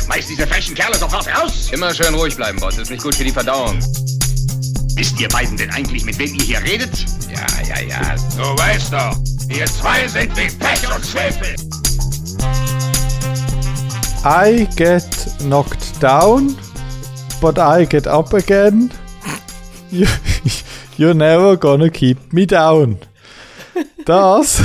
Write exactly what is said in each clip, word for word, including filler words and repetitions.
Schmeiß diese frechen Kerle sofort raus! Immer schön ruhig bleiben, Boss. Ist nicht gut für die Verdauung. Wisst ihr beiden denn eigentlich, mit wem ihr hier redet? Ja, ja, ja. Du weißt doch, ihr zwei sind wie Pech und Schwefel. I get knocked down, but I get up again. You, you're never gonna keep me down. Das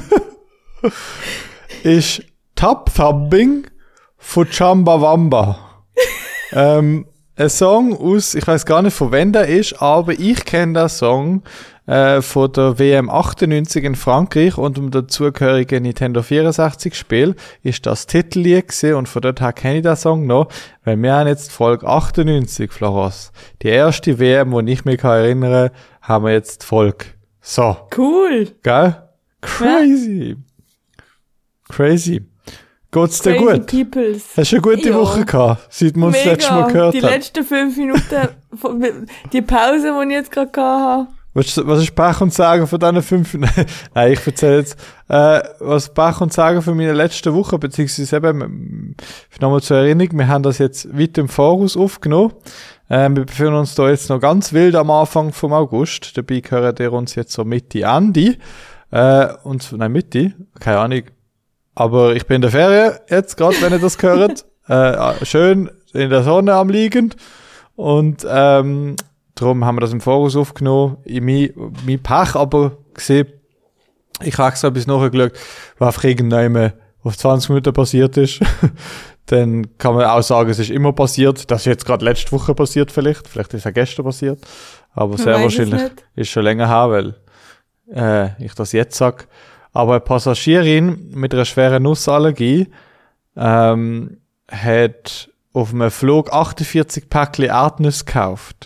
ist Tap Thumping von Chumbawamba. ähm, ein Song aus, ich weiß gar nicht von wann der ist, aber ich kenne den Song äh, von der W M achtundneunzig in Frankreich und um dazugehörigen Nintendo vierundsechzig Spiel ist das Titellied gewesen und von dort her kenne ich den Song noch, weil wir haben jetzt Folge achtundneunzig, Florence. Die erste W M, die ich mich erinnern kann, haben wir jetzt Folge. So. Cool. Gell? Crazy. Ja. Crazy. Geht's dir Crazy gut? Peoples. Hast du eine gute ja. Woche gehabt, seit wir uns das letzte Mal gehört die haben? Die letzten fünf Minuten, die Pause, die ich jetzt gerade hatte. Was, was ist Pech und Sagen von diesen fünf? Nein, ich erzähle jetzt, äh, was Pech und Sagen von meiner letzten Woche, beziehungsweise eben, nochmal zur Erinnerung, wir haben das jetzt weit im Voraus aufgenommen. Äh, wir befinden uns da jetzt noch ganz wild am Anfang vom August. Dabei gehört ihr uns jetzt so Mitte, Ende. Äh, und, nein, Mitte? Keine Ahnung. Aber ich bin in der Ferien jetzt, gerade wenn ihr das hört. äh, schön in der Sonne am liegend. Und, ähm, darum haben wir das im Voraus aufgenommen. Ich, mein, mein Pech aber gesehen, ich habe extra bis nachher geschaut, was einfach irgendwann auf zwanzig Minuten passiert ist. Dann kann man auch sagen, es ist immer passiert. Das ist jetzt gerade letzte Woche passiert vielleicht. Vielleicht ist es auch gestern passiert. Aber man sehr wahrscheinlich ist schon länger her, weil äh, ich das jetzt sage. Aber eine Passagierin mit einer schweren Nussallergie ähm, hat auf einem Flug achtundvierzig Päckchen Erdnüsse gekauft.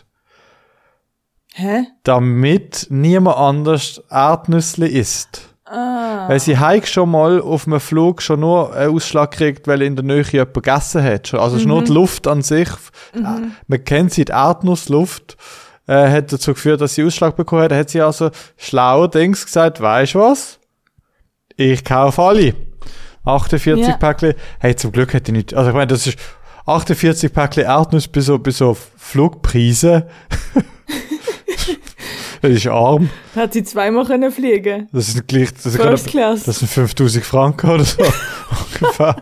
Hä? Damit niemand anders Erdnüsse isst. Ah. Weil sie heik schon mal auf einem Flug schon nur einen Ausschlag kriegt, weil in der Nähe jemand gegessen hat. Also mhm. nur die Luft an sich. Mhm. Man kennt sie, die Erdnussluft äh, hat dazu geführt, dass sie Ausschlag bekommen hat. Da hat sie also schlauer Dings gesagt, weisst du was? Ich kaufe alle. achtundvierzig ja. Päckchen. Hey, zum Glück hätte ich nicht, also ich meine, das ist achtundvierzig Päckchen Erdnuss bis so, bis so Flugpreise. Das ist arm. Hat sie zweimal können fliegen. Das ist gleich, das ist First Class. Das sind fünftausend Franken oder so. Ungefähr.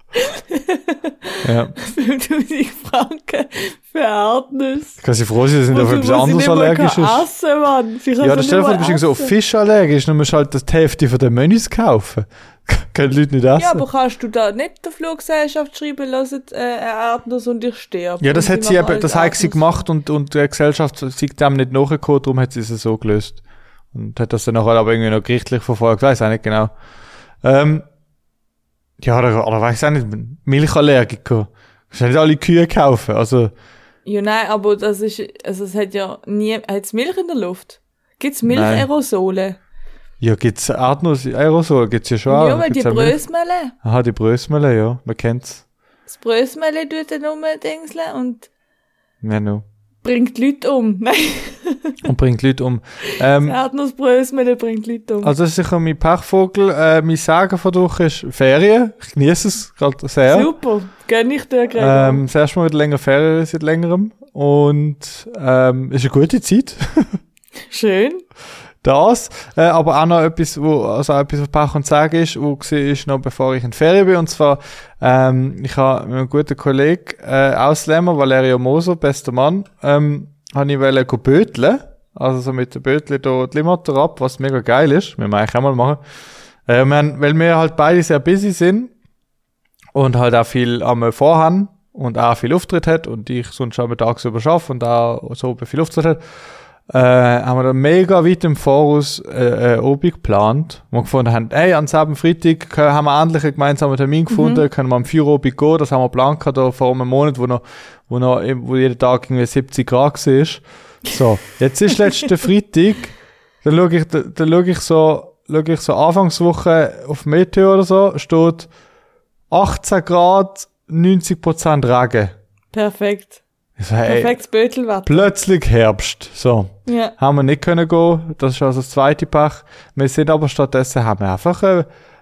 Ja. fünftausend Franken für Erdnüsse. Kann sie froh sein, dass sie nicht auf etwas anderes allergisch ist. Essen, Mann. Sie ja, stell dir vor, du bist so auf Fisch allergisch, dann musst du halt die Hälfte von den Menüs kaufen. Können die Leute nicht essen. Ja, aber kannst du da nicht der Fluggesellschaft schreiben lassen, äh, eine Erdnuss und ich sterbe? Ja, das hat sie eben, das hat sie gemacht und, und die Gesellschaft sieht dem nicht nachgekommen, darum hat sie es so gelöst. Und hat das dann nachher aber irgendwie noch gerichtlich verfolgt, weiss auch nicht genau. Ähm, ja, oder, oder weiss auch nicht, Milchallergiker. Kannst du nicht alle Kühe kaufen, also. Ja, nein, aber das ist, also es hat ja nie, hat's Milch in der Luft? Gibt's Milchaerosole? Ja, gibt's Erdnuss-Aerosol, gibt's ja schon. Ja, weil die Brösmele. Aha, die Brösmele, ja, man kennt's. Das Brösmele tut dann umdingseln und ja, no. bringt Leute um. Nein. Und bringt Leute um. Ähm, das Erdnussbrösmele bringt Leute um. Also das ist sicher mein Pechvogel. Äh, mein Sagen von durch ist Ferien. Ich genieße es gerade sehr. Super, gönn ich dir gerade. Ähm, das erste Mal wieder länger Ferien seit längerem. Und ähm, ist eine gute Zeit. Schön. Das, äh, aber auch noch etwas, wo, also etwas, was Pech und Sagen ist, wo gesehen ist, noch bevor ich in die Ferien bin, und zwar, ähm, ich habe mit einem guten Kollegen, äh, Ausländer, Valerio Moser, bester Mann, ähm, habe ich wollen go böteln, also so mit dem Bötli da die Limiter ab, was mega geil ist, wir eigentlich auch mal machen, äh, wir haben, weil wir halt beide sehr busy sind, und halt auch viel am Vorhaben, und auch viel Auftritt hat, und ich sonst auch tagsüber arbeite, und auch so viel Auftritt hat, Äh, haben wir da mega weit im Voraus äh, äh, Obi geplant, wo wir gefunden haben, ey, am selben Freitag können, haben wir endlich einen gemeinsamen Termin gefunden, mhm. können wir am vier Uhr Obi gehen, das haben wir geplant gehabt, da vor einem Monat, wo noch, wo noch, wo jeden Tag irgendwie siebzig Grad war. So, jetzt ist letzten Freitag, dann schau ich, dann, dann schau ich so, schau ich so Anfangswoche auf Meteo oder so, steht achtzehn Grad, neunzig Prozent Regen. Perfekt. So, hey, perfektes Bötelwetter. Plötzlich Herbst. So. Ja. Haben wir nicht können gehen. Das ist also das zweite Pech. Wir sind aber stattdessen, haben wir einfach, äh,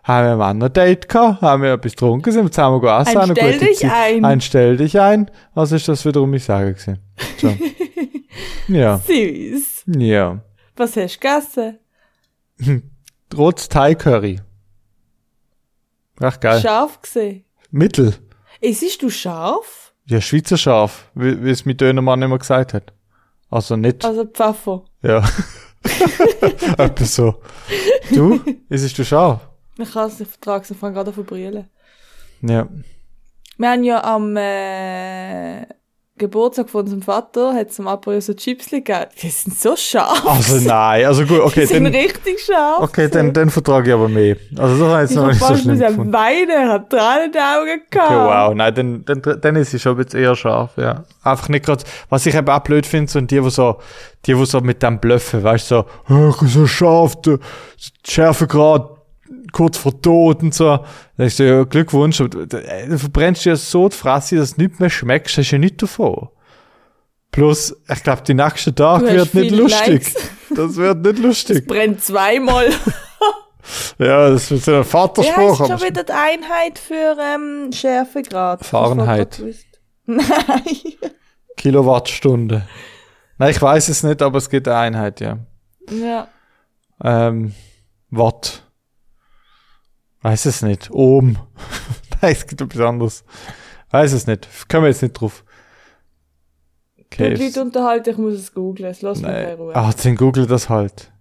haben wir ein Date gehabt, haben wir etwas getrunken, sind wir zusammen gegessen. Ein stell dich Zeit. ein. Ein stell dich ein. Was ist das wiederum ich sage gewesen? So. Ja. Süß. Ja. Was hast du gegessen? Rotes Thai-Curry. Ach, geil. Scharf gesehen. Mittel. Isst du scharf? Ja, Schweizer scharf, wie, wie es mein Dönermann immer gesagt hat. Also nicht. Also Pfeffer. Ja. Etwas so. Du? Isst du scharf? Ich kann es nicht vertragen, ich fange gerade an zu brüllen. Ja. Wir haben ja am äh, Geburtstag von unserem Vater, hat es am Apero so Chips gegeben. Die sind so scharf. Also nein, also gut, okay. Die sind dann, richtig scharf. Okay, dann, dann vertrage ich aber mehr. Also das habe ich jetzt noch nicht so schlimm gefunden. Ich weinen, er hat Tränen in den Augen gehabt. Okay, wow, nein, dann, dann, dann ist es schon ein bisschen eher scharf, ja. Einfach nicht gerade, was ich eben auch blöd finde, sind die, die so, die, die so mit dem bluffen, weißt du, so, oh, so scharf, der Schärfegrad kurz vor Tod und so. Da ist ja Glückwunsch, du, du verbrennst dir ja so die Fresse, dass du nichts mehr schmeckst, hast du ja nichts davon. Plus, ich glaube, die nächste Tag wird nicht lustig. Likes. Das wird nicht lustig. Es brennt zweimal. Ja, das ist so ein Vaterspruch. Wie heißt schon wieder die Einheit für ähm, Schärfegrad? Fahrenheit. Nein. Kilowattstunde. Nein, ich weiß es nicht, aber es gibt eine Einheit, ja. Ja. Ähm, Watt. Weiß es nicht. Ohm. Nein, es gibt etwas anderes. Weiß es nicht. Können wir jetzt nicht drauf. Okay. Mit Leuten unterhalten, ich muss es googlen. Lass mich in Ruhe. Ah, dann google das halt.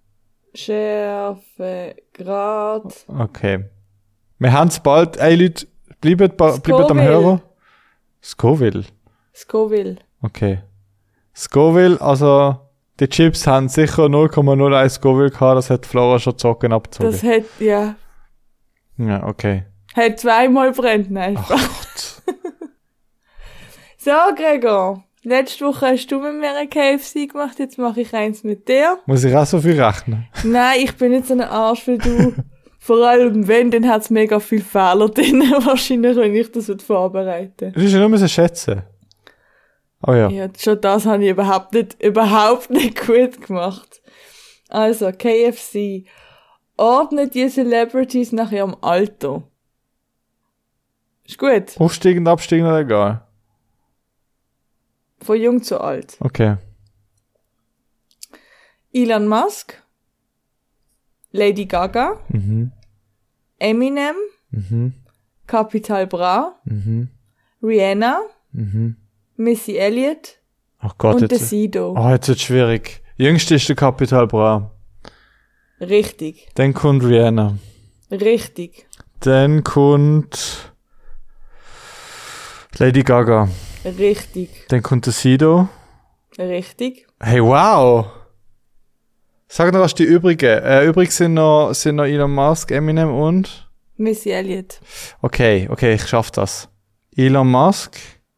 Schärfegrad. Okay. Wir haben es bald. Ey, Leute, bleibt, bleibt am Hörer. Scoville. Scoville. Okay. Scoville, also, die Chips haben sicher null Komma null eins Scoville gehabt, das hat Flora schon zocken abgezogen. Das hat, ja. Ja, okay. Hat zweimal brennt, nein. Ach Gott. So, Gregor. Letzte Woche hast du mit mir ein K F C gemacht, jetzt mache ich eins mit dir. Muss ich auch so viel rechnen? Nein, ich bin nicht so ein Arsch wie du. Vor allem wenn, dann hat es mega viele Fehler drin, wahrscheinlich, wenn ich das vorbereiten. Du musst ja nur schätzen. Oh ja. Ja, schon das habe ich überhaupt nicht, überhaupt nicht gut gemacht. Also, K F C. Ordnet die Celebrities nach ihrem Alter. Ist gut. Aufsteigend, absteigend oder egal? Von jung zu alt. Okay. Elon Musk. Lady Gaga. Mhm. Eminem. Mhm. Capital Bra. Mhm. Rihanna. Mhm. Missy Elliott. Ach Gott, und jetzt. der Sido. Oh, jetzt wird's schwierig. Jüngste ist der Capital Bra. Richtig. Dann kommt Rihanna. Richtig. Dann kommt Lady Gaga. Richtig. Dann kommt der Sido. Richtig. Hey, wow! Sag noch, was die übrigen. Äh, übrig sind noch, sind noch Elon Musk, Eminem und? Missy Elliott. Okay, okay, ich schaff das. Elon Musk?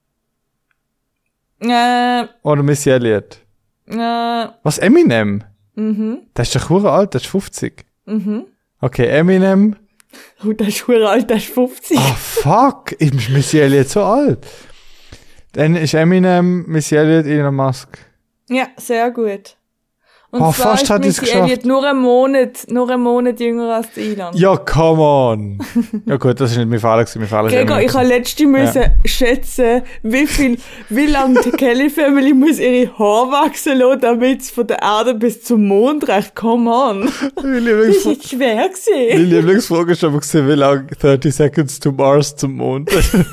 Äh. Oder Missy Elliott? Äh. Was, Eminem? Mhm. Der ist doch hure alt, der ist fünfzig. Mhm. Okay, Eminem. Oh, der ist hure alt, der ist fünfzig. Ah, fuck! Ist Missy Elliott so alt? Dann ist Eminem, Missy Elliott, Elon Musk. Ja, sehr gut. Und oh, zwar fast ist hat Missy Elliott nur einen Monat, nur einen Monat jünger als Elon. Ja, come on! Ja gut, das ist nicht mein Fehler gewesen, mein Fehler ist Gregor, ich habe letzte müssen ja. schätzen, wie viel, wie lange die Kelly Family muss ihre Haare wachsen lassen, damit es von der Erde bis zum Mond reicht. Come on! Das ist jetzt schwer gewesen. Meine Lieblingsfrage ist aber gewesen, wie lange thirty seconds to Mars zum Mond?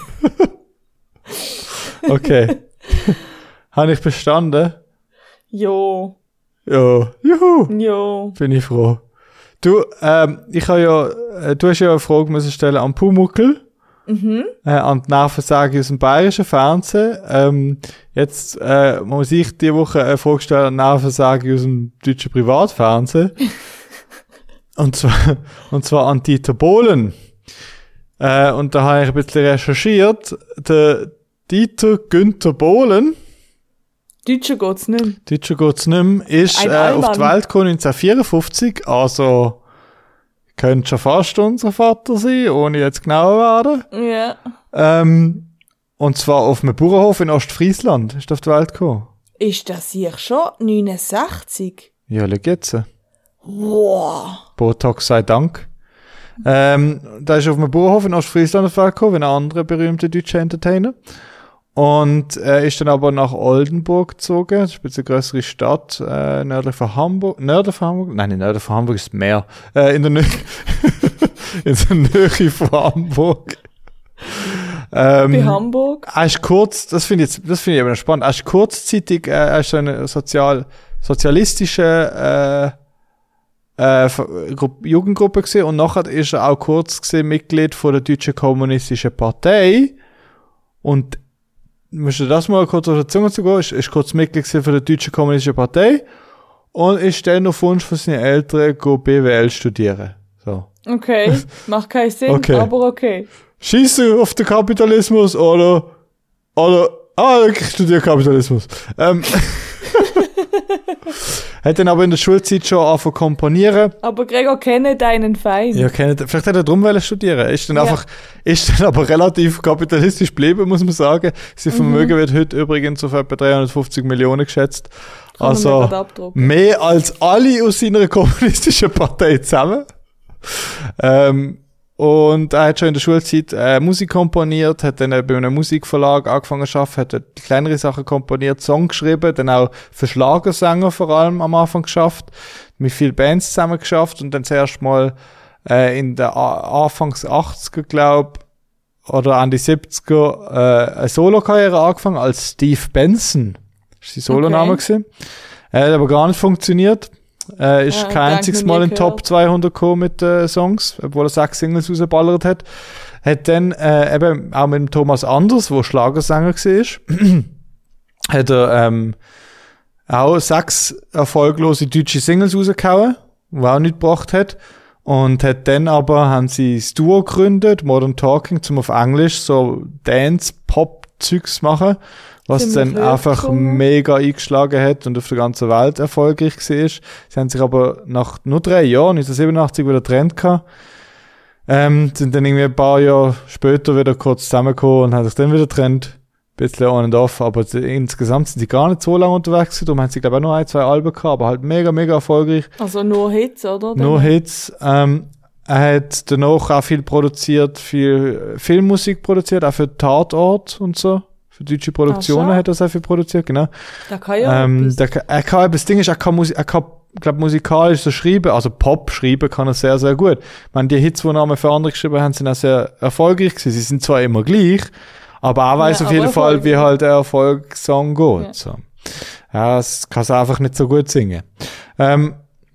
Okay. Habe ich bestanden? Jo. Ja. Juhu. Jo. Bin ich froh. Du, ähm, ich habe ja, äh, du hast ja eine Frage müssen stellen an Pumuckl. Mhm. Äh, an die Nervensäge aus dem bayerischen Fernsehen. Ähm, jetzt, äh, muss ich diese Woche eine Frage stellen an die Nervensäge aus dem deutschen Privatfernsehen. und zwar, und zwar an Dieter Bohlen. Äh, und da habe ich ein bisschen recherchiert. Der Dieter Günther Bohlen. Deutscher geht's nicht mehr. Deutscher geht's nicht mehr. Ist äh, auf die Welt gekommen neunzehnhundertvierundfünfzig. Also, könnte schon fast unser Vater sein, ohne jetzt genauer werden. Ja. Ähm, und zwar auf einem Bauernhof in Ostfriesland. Ist auf die Welt gekommen. Ist das hier schon neunundsechzig? Ja, schau jetzt. Wow. Botox sei Dank. Ähm, da ist auf einem Bauernhof in Ostfriesland auf die Welt gekommen, wie ein anderer berühmter deutscher Entertainer. Und er ist dann aber nach Oldenburg gezogen, das ist ein bisschen eine grössere Stadt, äh, nördlich von Hamburg. Nördlich von Hamburg? Nein, nicht nördlich von Hamburg ist das Meer. Äh, in der Nähe, in der Nähe von Hamburg. Ähm, Bei Hamburg? Er ist kurz, das finde ich jetzt, das finde ich aber spannend, er ist kurzzeitig, äh, er ist so eine sozial, sozialistische, äh, äh, Gru- Jugendgruppe gewesen und nachher ist er auch kurz gewesen, Mitglied von der Deutschen Kommunistischen Partei und musst du das mal kurz auf der Zunge zu gehen, ist, ist kurz Mitglied gewesen von der Deutschen Kommunistischen Partei und ist dann auf Wunsch von seinen Eltern go B W L studieren. So. Okay, macht keinen Sinn, Okay. aber okay. Schieße auf den Kapitalismus oder, oder, ah, ich studiere Kapitalismus. Ähm, hat dann aber in der Schulzeit schon angefangen zu komponieren. Aber Gregor, kenne deinen Feind. Ja, kennt, vielleicht hat er drum wollen studieren. Ist dann Ja. einfach, ist dann aber relativ kapitalistisch geblieben, muss man sagen. Sein Vermögen wird heute übrigens auf etwa dreihundertfünfzig Millionen geschätzt. Kann man mir Also, grad abdrucken. mehr als alle aus seiner kommunistischen Partei zusammen. Ähm, und er hat schon in der Schulzeit äh, Musik komponiert, hat dann äh, bei einem Musikverlag angefangen zu arbeiten, hat dort kleinere Sachen komponiert, Songs geschrieben, dann auch für Schlagersänger vor allem am Anfang geschafft, mit vielen Bands zusammen geschafft und dann zuerst mal äh, in der A- Anfangs achtziger, glaub, oder Ende siebziger äh, eine Solokarriere angefangen als Steve Benson. Das war sein Soloname Okay. gewesen. Er hat aber gar nicht funktioniert. Er ist Ja, kein danke, einziges noch Mal nie in Top gehört. zweihundert gekommen mit äh, Songs, obwohl er sechs Singles rausgeballert hat. Hat dann äh, eben auch mit dem Thomas Anders, der Schlagersänger war, hat er ähm, auch sechs erfolglose deutsche Singles rausgehauen, die auch nichts gebracht hat. Und hat dann aber, haben sie das Duo gegründet, Modern Talking, zum auf Englisch so Dance-Pop-Zeugs machen, was Sind dann wir blöd einfach gesungen? mega eingeschlagen hat und auf der ganzen Welt erfolgreich war. Sie haben sich aber nach nur drei Jahren, neunzehnhundertsiebenundachtzig, wieder getrennt gehabt. Ähm, sind dann irgendwie ein paar Jahre später wieder kurz zusammengekommen und haben sich dann wieder getrennt. Ein bisschen on and off, aber die, insgesamt sind die gar nicht so lange unterwegs gewesen. Darum haben sie, glaube ich, auch nur ein, zwei Alben gehabt, aber halt mega, mega erfolgreich. Also nur Hits, oder? Nur Dann- Hits. Ähm, er hat danach auch viel produziert, viel Filmmusik produziert, auch für Tatort und so. Für deutsche Produktionen Ach so. hat er sehr viel produziert, genau. Da kann ja ähm, etwas. der, kann- er kann, aber das Ding ist, er kann, Musik, er kann glaub, musikalisch so schreiben, also Pop schreiben kann er sehr, sehr gut. Ich meine, die Hits, die er einmal für andere geschrieben haben, sind auch sehr erfolgreich gewesen. Sie sind zwar immer gleich, aber er weiß Ja, auf jeden aber Fall, wie erfolgreich. halt der Erfolgssong geht. Ja. So. Ja, das kann er einfach nicht so gut singen. Ähm,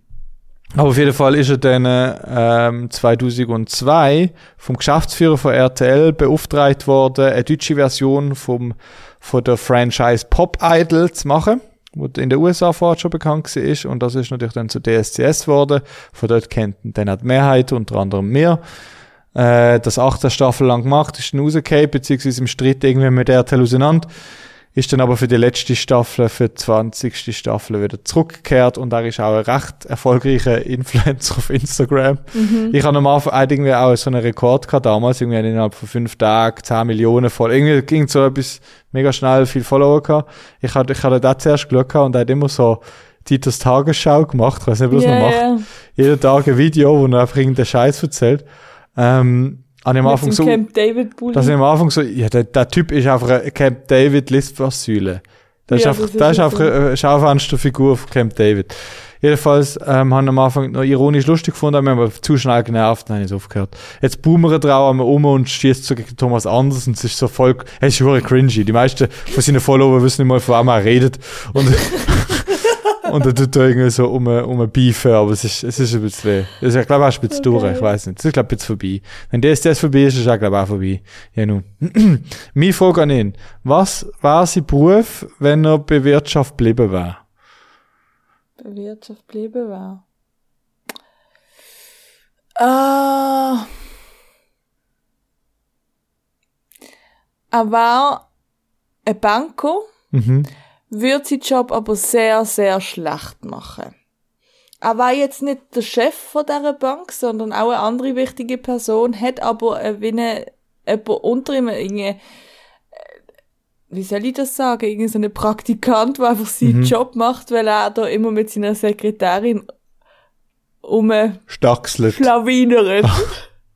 aber auf jeden Fall ist er dann ähm, zweitausendzwei vom Geschäftsführer von R T L beauftragt worden, eine deutsche Version vom, von der Franchise Pop Idol zu machen, wo in den U S A vorher schon bekannt war. Und das ist natürlich dann zu D S C S geworden. Von dort kennt dann auch die Mehrheit, unter anderem mir. Äh, das achtzehn Staffel lang gemacht, ist dann rausgefallen, beziehungsweise im Streit irgendwie mit R T L auseinander. Ist dann aber für die letzte Staffel, für die zwanzigste Staffel wieder zurückgekehrt und er ist auch ein recht erfolgreicher Influencer auf Instagram. Mhm. Ich habe am Anfang auch irgendwie auch so einen Rekord gehabt damals, irgendwie innerhalb von fünf Tagen zehn Millionen voll. Irgendwie ging so etwas mega schnell, viel Follower gehabt. Ich hatte, ich hatte da zuerst Glück gehabt und er hat immer so Titus Tagesschau gemacht. Ich weiß nicht, was Ja, er macht. ja. Jeden Tag ein Video, wo er einfach irgendeinen Scheiß erzählt. Ähm, an dem Mit Anfang dem so, Camp David Bulli. dass ich am Anfang so, ja, der, der Typ ist einfach eine Camp David Lispers-Säule. Das ist Ja, einfach, das ist das ist so. einfach eine Schaufensterfigur von Camp David. Jedenfalls, ähm, haben am Anfang noch ironisch lustig gefunden, haben aber zu schnell genervt, dann habe ich es aufgehört. Jetzt boomern drauf einmal um und schießt so gegen Thomas Andersen, es ist so voll, es ist wirklich cringy. Die meisten von seinen Follower wissen nicht mal, von wem er redet. Und, und er tut da irgendwie so um, um Beefen, aber es ist, es ist ein bisschen, es ist, ich glaube, auch ein bisschen Okay. durch, ich weiß nicht. Es ist, glaube ich, ein bisschen vorbei. Wenn D S D S vorbei ist, ist es auch, glaube ich, auch vorbei. Ja, nun. Meine Frage an ihn. Was war sein Beruf, wenn er bei Wirtschaft geblieben wäre? Bei Wirtschaft bleiben war. Ah. Er war ein Banker, Mhm. würde seinen Job aber sehr, sehr schlecht machen. Er war jetzt nicht der Chef von dieser Bank, sondern auch eine andere wichtige Person, hat aber äh, wie eine, jemand unter ihm, irgendwie, wie soll ich das sagen, irgendwie so eine Praktikant, der einfach seinen Mhm. Job macht, weil er da immer mit seiner Sekretärin um Stachselt. schlawinert.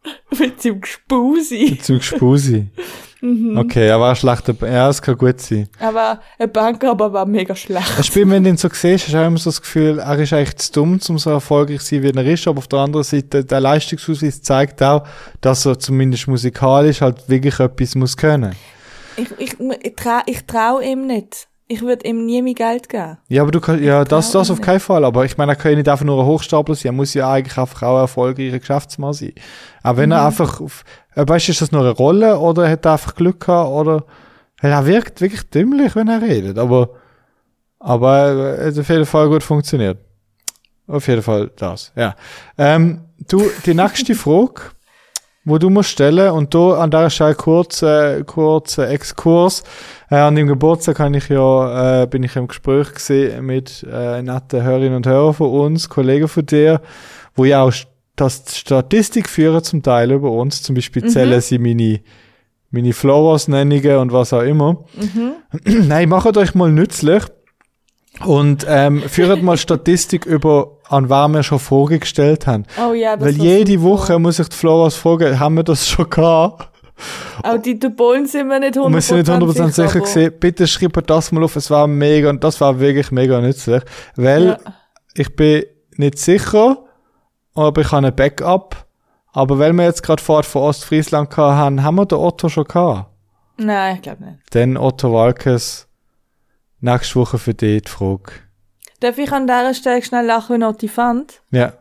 Mit seinem Gspusi. Mit seinem Gspusi. Mhm. Okay, er war schlecht. Ja, es kann gut sein. Aber ein Bankraber war mega schlecht. Das Spiel, wenn du ihn so siehst, hast du auch immer so das Gefühl, er ist eigentlich zu dumm, um so erfolgreich zu sein, wie er ist. Aber auf der anderen Seite, der Leistungsausweis zeigt auch, dass er zumindest musikalisch halt wirklich etwas muss können. Ich, ich, ich traue ich trau ihm nicht. Ich würde ihm nie mehr Geld geben. Ja, aber du kannst, ja, das, das auf keinen Fall. Aber ich meine, er kann ja nicht einfach nur ein Hochstapler sein. Er muss ja eigentlich einfach auch ein erfolgreicher Geschäftsmann sein. Auch wenn mhm. er einfach, auf, weißt du, ist das nur eine Rolle oder hat er einfach Glück gehabt oder, er wirkt wirklich dümmlich, wenn er redet. Aber, aber, es hat auf jeden Fall gut funktioniert. Auf jeden Fall das, ja. Ähm, du, die nächste Frage, wo du musst stellen, und da an der Stelle kurz, äh, kurz äh, Exkurs. Äh, an dem Geburtstag habe ich ja, äh, bin ich im Gespräch gewesen mit äh, netten Hörerinnen und Hörern von uns, Kollegen von dir, wo ja auch das Statistik führen zum Teil über uns. Zum Beispiel mhm. zählen sie meine, meine Flowers-Nennungen und was auch immer. Mhm. Nein, macht euch mal nützlich und ähm, führt mal Statistik über, an wer wir schon Fragen gestellt haben. Oh ja, das Weil jede Woche muss ich die Flowers fragen, haben wir das schon gehabt? Auch die Dubbollen sind wir nicht hundert Prozent sicher. Wir sind nicht hundert Prozent sicher gewesen. Bitte schreibt das mal auf, es war mega, und das war wirklich mega nützlich. Weil ja. ich bin nicht sicher, aber ich habe ein Backup. Aber weil wir jetzt gerade Fahrt von Ostfriesland gehabt haben, haben wir den Otto schon gehabt? Nein, ich glaube nicht. Dann Otto Walkes, nächste Woche für dich die Frage. Darf ich an dieser Stelle schnell lachen, wenn Otti fand? Ja.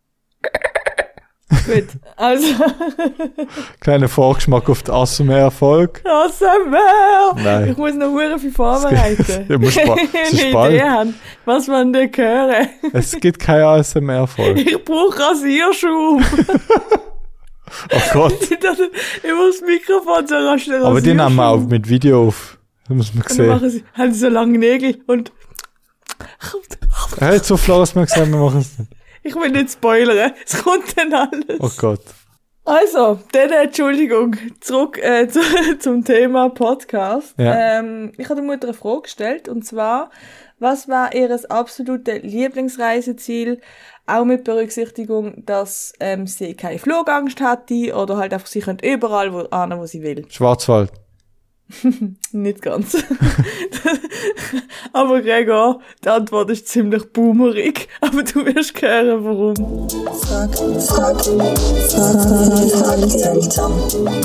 Gut, also. Kleiner Vorgeschmack auf den A S M R-Erfolg. A S M R! Nein. Ich muss noch sehr viel vorbereiten. Du musst eine Idee haben, was man da hören. Es gibt keinen A S M R-Erfolg. Ich brauche Rasierschaum. Oh Gott. Ich muss das Mikrofon so rasch rasieren. Aber die nehmen wir auch mit Video auf. Das muss man sehen. Machen sie, haben sie so lange Nägel und... Er hat so Flores mal gesagt, wir machen es nicht. Ich will nicht spoilern, es kommt dann alles. Oh Gott. Also, dann Entschuldigung, zurück äh, zu, zum Thema Podcast. Ja. Ähm, ich habe der Mutter eine Frage gestellt, und zwar, was war ihr absolutes Lieblingsreiseziel, auch mit Berücksichtigung, dass ähm, sie keine Flugangst hatte oder halt einfach, sie könnte überall wo, hin, wo sie will. Schwarzwald. Nicht ganz. Aber Gregor, die Antwort ist ziemlich boomerig, aber du wirst hören, warum. Frag, frag, frag, frag,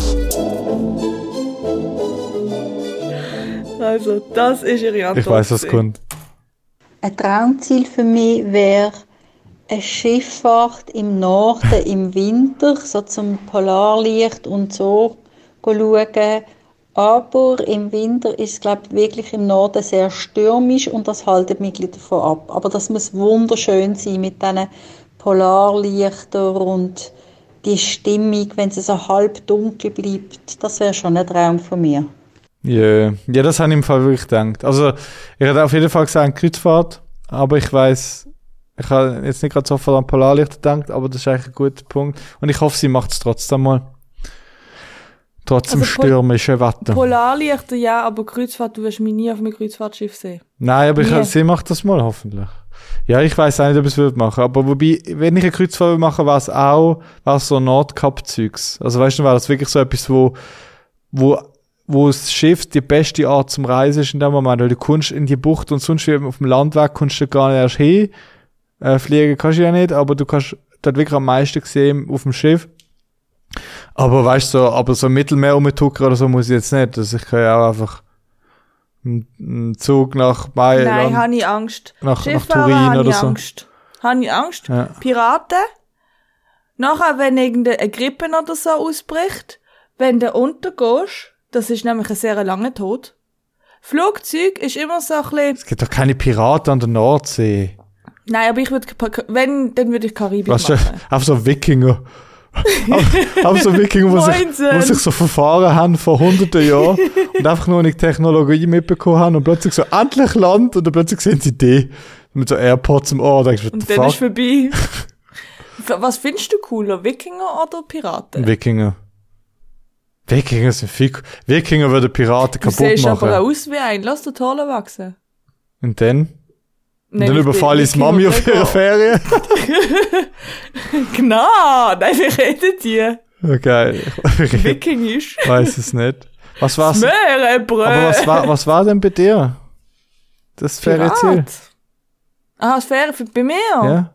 Also, das ist ihre Antwort. Ich weiss, was kommt. Ein Traumziel für mich wäre eine Schifffahrt im Norden im Winter, so zum Polarlicht und so schauen. Aber im Winter ist es, glaube ich, wirklich im Norden sehr stürmisch und das haltet mich davon ab. Aber das muss wunderschön sein mit diesen Polarlichtern und die Stimmung, wenn es so halb dunkel bleibt. Das wäre schon ein Traum von mir. Yeah. Ja, das habe ich im Fall wirklich gedacht. Also, ich hätte auf jeden Fall gesagt Kreuzfahrt, aber ich weiss, ich habe jetzt nicht gerade sofort an Polarlichter gedacht, aber das ist eigentlich ein guter Punkt. Und ich hoffe, sie macht es trotzdem mal. Trotzdem also stürmische Wetter. Polarlichter, ja, aber Kreuzfahrt, du wirst mich nie auf einem Kreuzfahrtschiff sehen. Nein, aber ich, sie macht das mal, hoffentlich. Ja, ich weiss auch nicht, ob ich es würde machen. Aber wobei, wenn ich eine Kreuzfahrt machen würde, wäre es auch, wäre es so Nordkap-Zeugs. Also weißt du, wäre das wirklich so etwas, wo, wo, wo das Schiff die beste Art zum Reisen ist in dem Moment. Weil du kommst in die Bucht und sonst wie auf dem Landweg kommst du gar nicht erst hin. Äh, fliegen kannst du ja nicht, aber du kannst dort wirklich am meisten sehen auf dem Schiff. Aber weißt du, so, aber so Mittelmeer umtuckern oder so muss ich jetzt nicht. Also ich kann ja auch einfach einen Zug nach Mailand. Nein, habe ich Angst. Nach, nach Turin oder so. Angst. Habe ich Angst. Ja. Piraten. Nachher, wenn irgendeine Grippe oder so ausbricht, wenn du untergehst, das ist nämlich ein sehr langer Tod. Flugzeug ist immer so ein bisschen... Es gibt doch keine Piraten an der Nordsee. Nein, aber ich würde, wenn, dann würde ich Karibik Was machen. Auf so Wikinger. Auf so Wikinger, die sich, wo sich so verfahren haben vor hunderten Jahren und einfach nur nicht Technologie mitbekommen haben und plötzlich so endlich Land und dann plötzlich sehen sie die mit so AirPods im Ohr. Und, denkst, und dann fuck? Ist vorbei. Was findest du cooler, Wikinger oder Piraten? Wikinger. Wikinger sind viel... Wikinger würden Piraten kaputt machen. Du siehst aber aus wie ein. Lass dir die Haare wachsen. Und dann? Und dann überfalle ich Mami auf ihre Ferien. Genau, nein, wir reden die. Okay. Wikingisch. Ich weiß es nicht. Was war's? Meerebrö. Aber was war, was war denn bei dir? Das Ferienziel? Ah, das Ferien bei mir? Ja.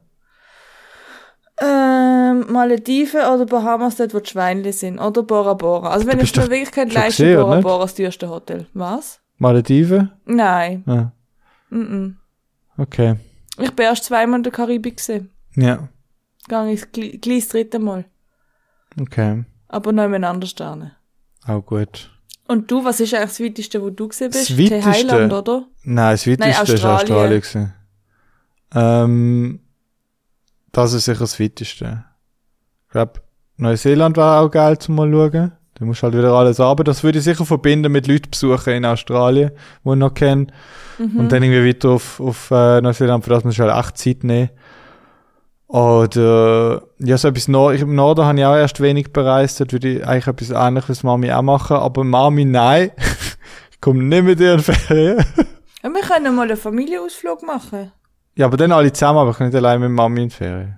Ähm, Malediven oder Bahamas, dort wo die Schweinchen sind. Oder Bora Bora. Also wenn ich mir wirklich kein leisten, gesehen, Bora nicht? Bora das teuerste Hotel. Was? Malediven? Nein. Ah. Mm-mm. Okay. Ich bin erst zweimal in der Karibik gewesen. Ja. Gang ich gleich das dritte Mal. Okay. Aber noch in anderen Sternen. Auch gut. Und du, was ist eigentlich das Weiteste, wo du gesehen bist? Das Weiteste? Thailand, oder? Nein, das Weiteste Nein, ist Australien gewesen. Ähm, das ist sicher das Weiteste. Ich glaube, Neuseeland war auch geil zum mal schauen. Da musst du halt wieder alles arbeiten. Das würde ich sicher verbinden mit Leuten besuchen in Australien, die ich noch kenne. Mhm. Und dann irgendwie weiter auf, auf äh, Neuseeland, für das musst du halt echt Zeit nehmen. Oder, ja, so etwas Nord- im Norden habe ich auch erst wenig bereist. Dort würde ich eigentlich etwas Ähnliches Mami auch machen. Aber Mami, nein. Ich komme nicht mit dir in Ferien. Ja, wir können mal einen Familienausflug machen. Ja, aber dann alle zusammen, aber ich kann nicht allein mit Mami in Ferien.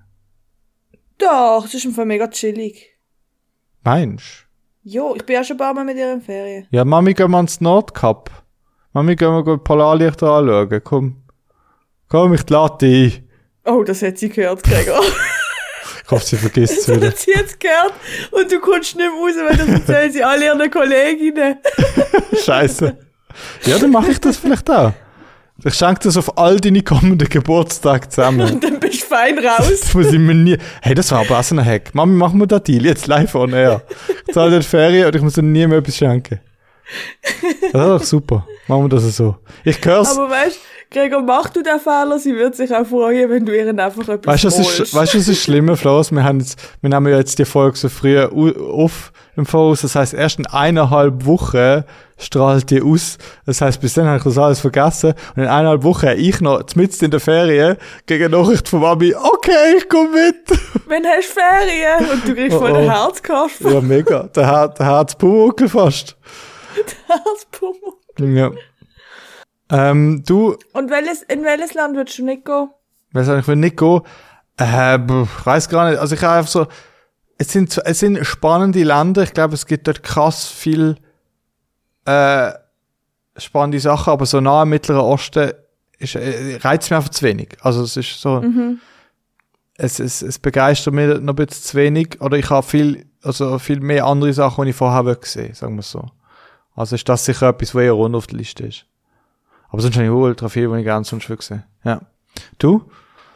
Doch, das ist einfach mega chillig. Meinst du? Jo, ich bin ja schon ein paar Mal mit ihr in Ferien. Ja, Mami, gehen wir ans Nordkap. Mami, gehen wir Polarlichter anschauen. Komm. Komm, ich lade dich ein. Oh, das hat sie gehört, Gregor. Ich hoffe, sie vergisst es wieder. Das hat sie jetzt gehört und du kommst nicht mehr raus, weil das erzählen sie alle ihren Kolleginnen. Scheiße. Ja, dann mache ich das vielleicht auch. Ich schenke das auf all deine kommenden Geburtstage zusammen. Und dann bist du fein raus. Das muss ich mir nie... Hey, das war aber auch so ein Hack. Mami, machen wir den Deal jetzt live on air. Ich zahle dir die Ferien und ich muss dir nie mehr etwas schenken. Das ist doch super. Machen wir das so. Ich hör's. Aber weißt du, Gregor, mach du den Fehler, sie wird sich auch freuen, wenn du ihr einfach etwas weißt, was ist, weißt du, was ist schlimmer, Floris? Wir haben jetzt, wir nehmen ja jetzt die Folge so früh auf im Voraus. Das heisst, erst in eineinhalb Wochen strahlt die aus. Das heisst, bis dann habe ich das alles vergessen. Und in eineinhalb Wochen habe ich noch, mitten in der Ferien, gegen eine Nachricht von Mami, okay, ich komm mit. Wenn hast du Ferien? Und du kriegst oh, voll oh. den Herzkasper. Ja, mega. Der, Her- der Herzpumuckel fast. Der Herzpumuckel. Ja. Ähm, du... Und welches, in welches Land würdest du nicht gehen? Weiß ich will nicht gehen. Äh, ich weiss gar nicht. Also ich habe einfach so... Es sind, es sind spannende Länder. Ich glaube, es gibt dort krass viel äh, spannende Sachen, aber so nah im Mittleren Osten ist, äh, reizt mich einfach zu wenig. Also es ist so... Mhm. Es, es, es begeistert mich noch ein bisschen zu wenig. Oder ich habe viel, also viel mehr andere Sachen, die ich vorher habe gesehen, sagen wir so. Also ist das sicher etwas, was eher rund auf der Liste ist. Aber sonst habe ich ultra viel, was ich gerne sonst will sehen. Ja. Du?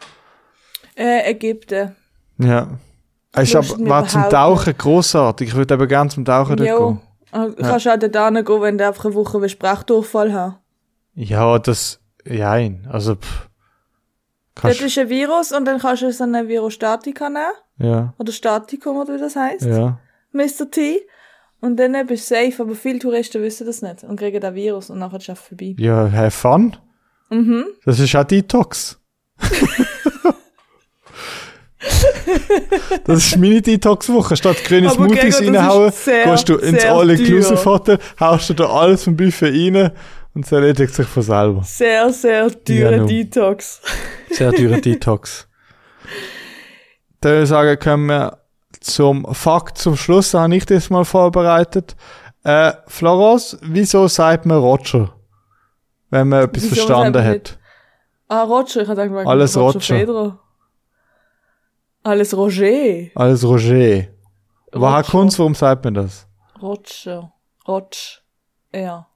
Äh, Ägypten. Ja. Ich hab, war zum Tauchen nicht. Grossartig. Ich würde eben gerne zum Tauchen dort gehen. Du kannst ja. auch dort hingehen, wenn du einfach eine Woche einen Sprachdurchfall hast. Ja, das, jein. Also, pff. Das ist ein Virus und dann kannst du so eine Virostatika nehmen. Ja. Oder Statikum, oder wie das heisst. Ja. Mister T. Und dann bist du safe, aber viele Touristen wissen das nicht und kriegen den Virus und nachher ist es vorbei. Ja, have fun. Mhm. Das ist auch Detox. Das ist meine Detox-Woche. Statt grüne Smoothies reinhauen, gehst du ins All-Inclusive-Hotel, haust du da alles vom Buffet rein und es erledigt sich von selber. Sehr, sehr teure ja, Detox. Sehr teure Detox. Dann würde ich sagen, können wir zum Fakt zum Schluss, habe ich das mal vorbereitet. Äh, Florence, wieso sagt man Roger? Wenn man etwas wieso verstanden hat. Nicht? Ah, Roger, ich habe gedacht, alles Roger. Roger. Federer. Alles Roger. Alles Roger. Woher kommt's, warum sagt man das? Roger. Roger. Ja.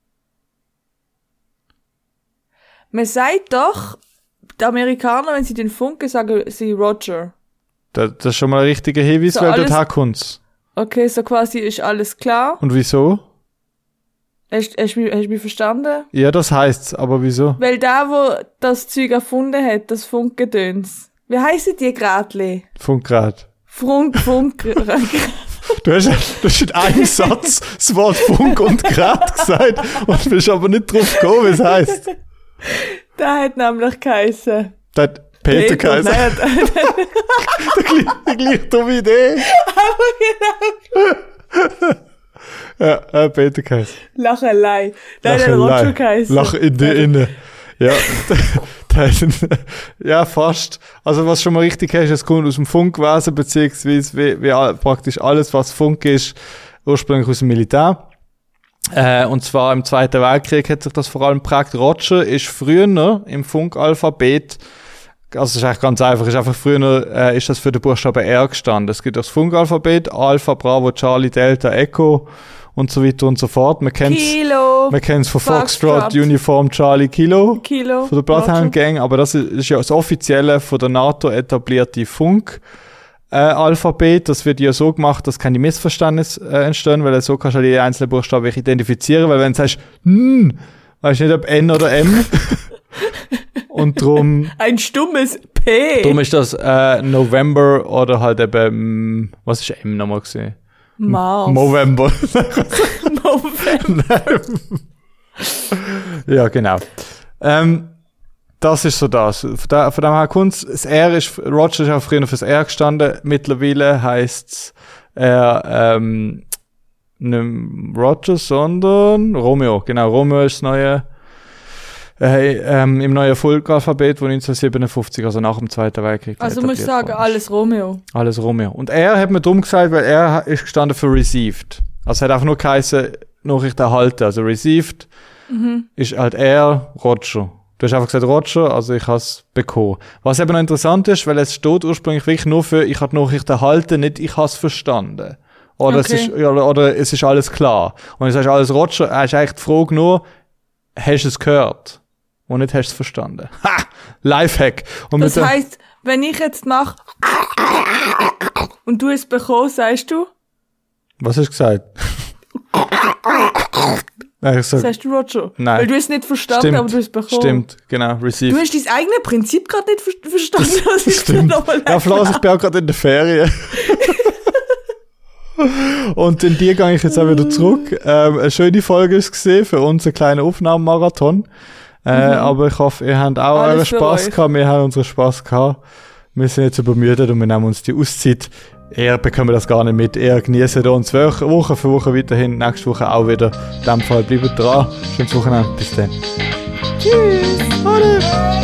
Man sagt doch, die Amerikaner, wenn sie den Funke sagen, sie Roger. Das, das ist schon mal ein richtiger Hinweis, so weil dort herkommt's. Okay, so quasi ist alles klar. Und wieso? Hast, hast, du, hast du mich verstanden? Ja, das heisst's, aber wieso? Weil der, wo das Zeug erfunden hat, das Funkgedöns. Wie heissen die Gradli? Funkgrad. Funk, Funk, Du hast, du hast in einem Satz das Wort Funk und Grad gesagt und bist aber nicht drauf gekommen, wie es heisst. Der hat nämlich geheissen. Der hat Peter, Peter geheissen. Nein, die gleiche dumme Idee. Aber genau. Ja, äh, Peter geheißen. Lachelei. Nein, der hat Roger geheißen. Lach in dir inne. Ja. Ja, fast. Also was schon mal richtig ist, es kommt aus dem Funkwesen, beziehungsweise wie, wie all, praktisch alles, was Funk ist, ursprünglich aus dem Militär. Äh, und zwar im Zweiten Weltkrieg hat sich das vor allem geprägt. Roger ist früher ne, im Funkalphabet, also es ist eigentlich ganz einfach, ist einfach früher äh, ist das für den Buchstaben R gestanden. Es gibt das Funkalphabet, Alpha, Bravo, Charlie, Delta, Echo und so weiter und so fort. Man kennt's, Kilo. Man kennt es von Foxtrot, Foxtrot, Uniform, Charlie, Kilo. Kilo. Von der Bloodhound Gang, aber das ist, ist ja das offizielle von der NATO etablierte Funk. Äh, Alphabet, das wird ja so gemacht, dass keine Missverständnisse äh, entstehen, weil so kannst du die einzelnen Buchstaben identifizieren, weil wenn du sagst, hm, weißt du nicht, ob N oder M. Und drum... Ein stummes P. Drum ist das äh, November oder halt eben, was ist M nochmal gesehen? Mars. November. November. Ja, genau. Ähm, das ist so das. Von, da, von dem her kommt das R ist, Roger ist auch früher fürs R gestanden. Mittlerweile heisst er, ähm, nicht Roger, sondern Romeo. Genau, Romeo ist das neue, äh, ähm, im neuen Funkalphabet, wo neunzehnhundertsiebenundfünfzig, also nach dem Zweiten Weltkrieg. Also muss ich sagen, alles Romeo. Alles Romeo. Und er hat mir drum gesagt, weil er ist gestanden für Received. Also hat einfach nur geheißen, Nachricht erhalten. Also Received mhm. ist halt er, Roger. Du hast einfach gesagt Roger, also ich habe es bekommen. Was eben noch interessant ist, weil es steht ursprünglich wirklich nur für, ich habe die Nachricht erhalten, nicht ich habe es verstanden. Oder, okay. es ist, oder, oder es ist alles klar. Und du sagst alles Roger, hast eigentlich die Frage nur, hast du es gehört? Und nicht hast du es verstanden. Ha! Lifehack. Und das heisst, wenn ich jetzt mache und du es bekommst, sagst du? Was hast du gesagt? Nein, ich sag, sagst du Roger? Nein. Weil du es nicht verstanden, stimmt, aber du es bekommen. Stimmt, genau, receive. Du hast dein eigenes Prinzip gerade nicht ver- verstanden. Das, das stimmt. Ja, Flas, ich bin auch gerade in der Ferien. Und in die gehe ich jetzt auch wieder zurück. Ähm, eine schöne Folge ist gesehen für unseren kleinen Aufnahmemarathon. Äh, mhm. Aber ich hoffe, ihr habt auch euren Spass gehabt. Wir haben unseren Spass gehabt. Wir sind jetzt übermüdet und wir nehmen uns die Auszeit. Eher bekommen wir das gar nicht mit. Eher genießen uns Woche für Woche weiterhin. Nächste Woche auch wieder. In dem Fall bleibt dran. Schönes Wochenende. Bis dann. Tschüss. Ade.